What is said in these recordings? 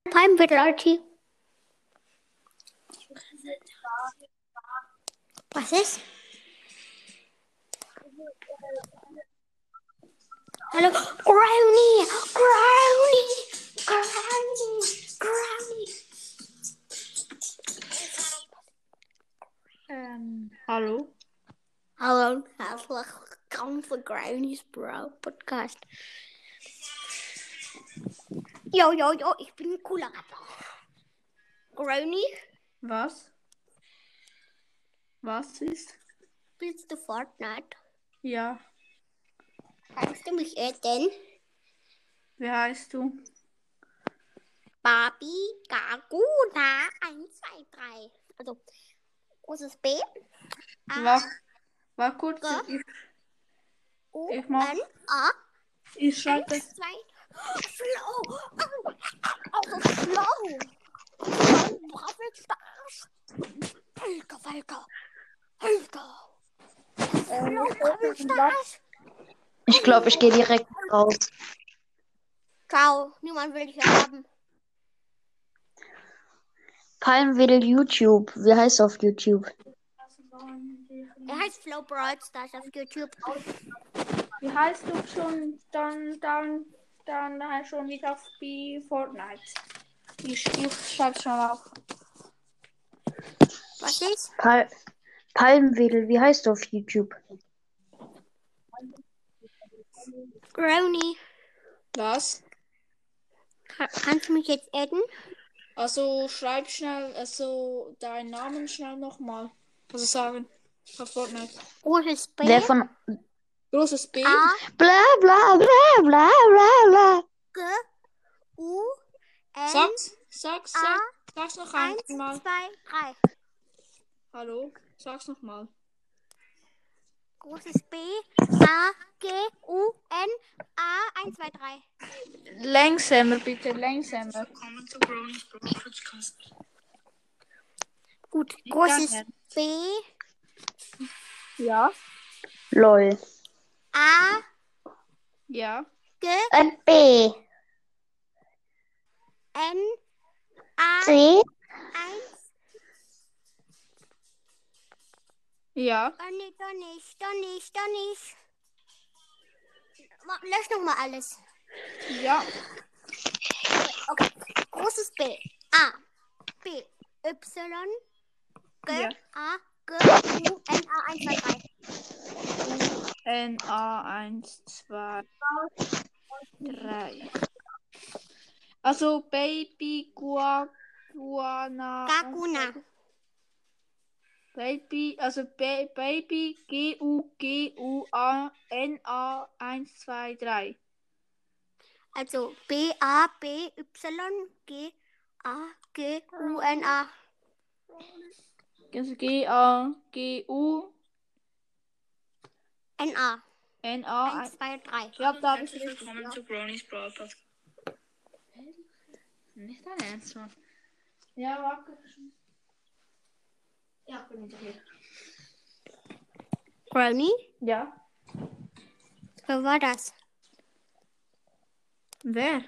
Palmviertel-IT. Was ist? Hallo? Brownie! Brownie! Brownie! Brownie! Hallo? Hallo und herzlich willkommen zu Brownies Bro Podcast. Jo, ich bin ein cooler Rapper. Brownie, Was? Was ist? spielst du Fortnite? Ja. Kannst du mich adden? Wie heißt du? Barbie Gaguna 1, 2, 3. Also, großes B. War kurz. G. U, Ich mach. N, A. Ich schreibe. 1, 2. Flow. Oh, so slow. Bravel Stars. Helga. Flow, Bravel Stars. Ich glaube, ich gehe direkt raus. Ciao, niemand will dich haben. Palmwedel YouTube. Wie heißt es auf YouTube? Er heißt Flow Brawl Stars auf YouTube. Wie heißt du schon? Dann schon wieder auf die Fortnite. Ich schreib's schon auf. Was ist? Palmwedel. Wie heißt du auf YouTube? Brownie. Was? Kannst du mich jetzt adden? Also schreib schnell, deinen Namen schnell nochmal. Also sagen. Auf Fortnite. Großes B. Der von Großes B. A. bla bla bla bla bla bla. G. U. N. Sag's noch 1, einmal. 2, 3. Hallo? Sag's nochmal. Großes B. A. G. U. N. A. 1, 2, 3. Langsamer, bitte, langsamer. Gut. Großes B. Ja. Lol. A. Ja. G. B. N. A. C. 1. Ja. Doch nicht. Lösch nochmal alles. Ja. Okay. Großes B. A. B. Y. G. Ja. A. G. U. N. A. 1, 2, 3. NA 1, 2, 3. Also Baby Guana. Gaguna. Baby, also Baby GUNA 1, 2, 3. Also B. A. B. Y. G. A. G. U. N. A. Also GAGU N. A. NA 1, 2, 3. Ja, da habe ich Herzlich richtig. willkommen zu Brownies Brawl Podcast. Nicht dein Ernst, Mann. Ja, warte. Ja, bin ich hier. Brownie? Ja. Wer war das? Wer?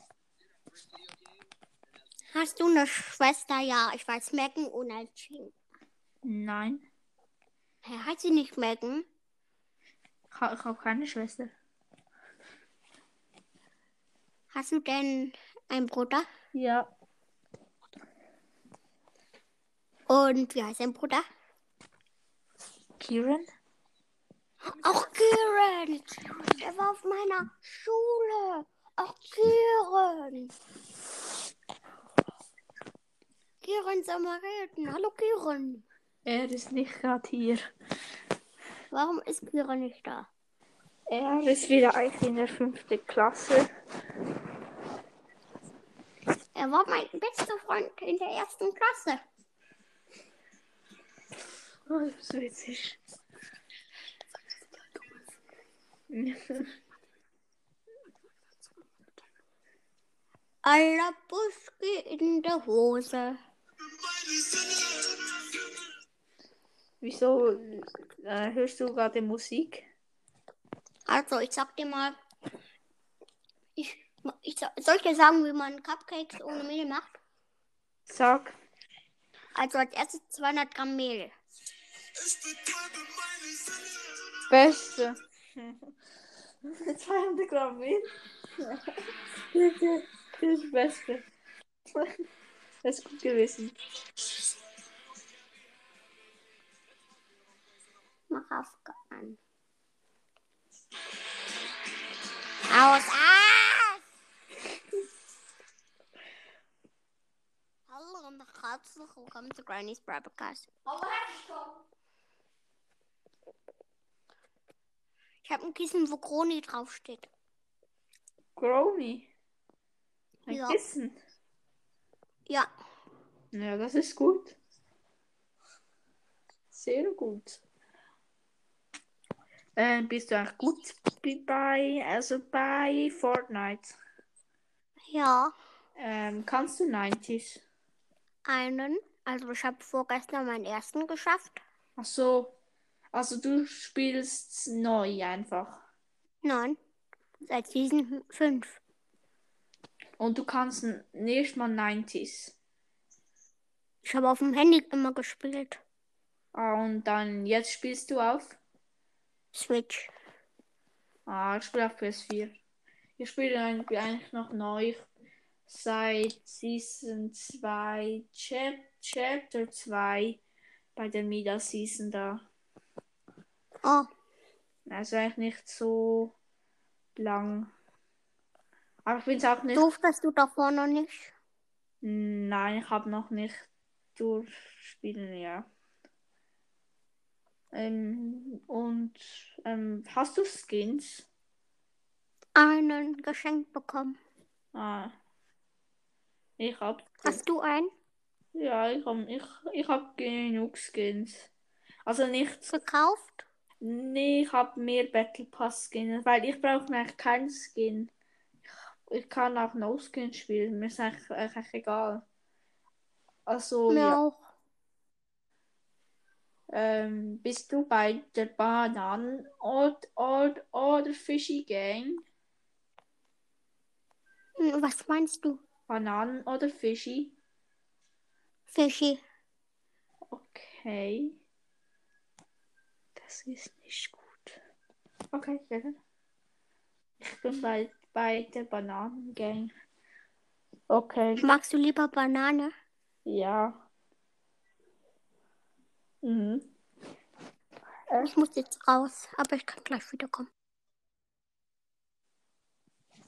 Hast du eine Schwester? Ja, ich weiß Megan und Alcin. Nein. Hat sie nicht Megan? Ich habe keine Schwester. Hast du denn einen Bruder? Ja. Und wie heißt dein Bruder? Kieran? Auch Kieran. Der war auf meiner Schule. Auch Kieran. Kieran soll mal reden. Hallo Kieran. Er ist nicht gerade hier. Warum ist Kieran nicht da? Er ist wieder eigentlich in der 5. Klasse. Er war mein bester Freund in der 1. Klasse. Oh, das ist witzig. Aller Buschke in der Hose. Wieso hörst du gerade Musik? Also, ich sag dir mal, Soll ich dir sagen, wie man Cupcakes ohne Mehl macht? Sag. Also als erstes 200 Gramm Mehl. Beste. 200 Gramm Mehl. Das ist das Beste. Das ist gut gewesen. Mach an. Aus! Hallo und herzlich willkommen zu Granny's Broadcast. Ich habe ein Kissen, wo Kroni draufsteht. Grony. Ein Ja. Kissen. Ja. Ja, das ist gut. Sehr gut. Bist du eigentlich gut bei Fortnite? Ja. Kannst du 90s? Also ich habe vorgestern meinen ersten geschafft. Ach so. Also du spielst neu einfach. Nein. Seit Season 5. Und du kannst nicht mal 90s. Ich habe auf dem Handy immer gespielt. Ah, und dann jetzt spielst du auf? Switch. Ah, ich spiele auf PS4. Ich spiele eigentlich noch neu. Seit Season 2, Chapter 2 bei der Mida Season da. Oh, Also eigentlich nicht so lang. Aber ich finde es auch nicht. durftest du davor noch nicht? Nein, ich habe noch nicht durchspielen, ja. Hast du Skins? Einen geschenkt bekommen. Ah, ich hab. Hast du einen Ja, ich hab genug Skins. Also nicht. gekauft? Nee, ich hab mehr Battle Pass Skins, weil ich brauche eigentlich keinen Skin. Ich kann auch No Skin spielen, mir ist eigentlich egal. Also Mir ja. auch. Bist du bei der Bananen oder Fishy Gang? Was meinst du? Bananen oder Fishy? Fischi. Okay. Das ist nicht gut. Okay, weiter. Ich bin bei der Bananengang. Okay. Magst du lieber Banane? Ja. Mhm. Ich muss jetzt raus, aber ich kann gleich wiederkommen.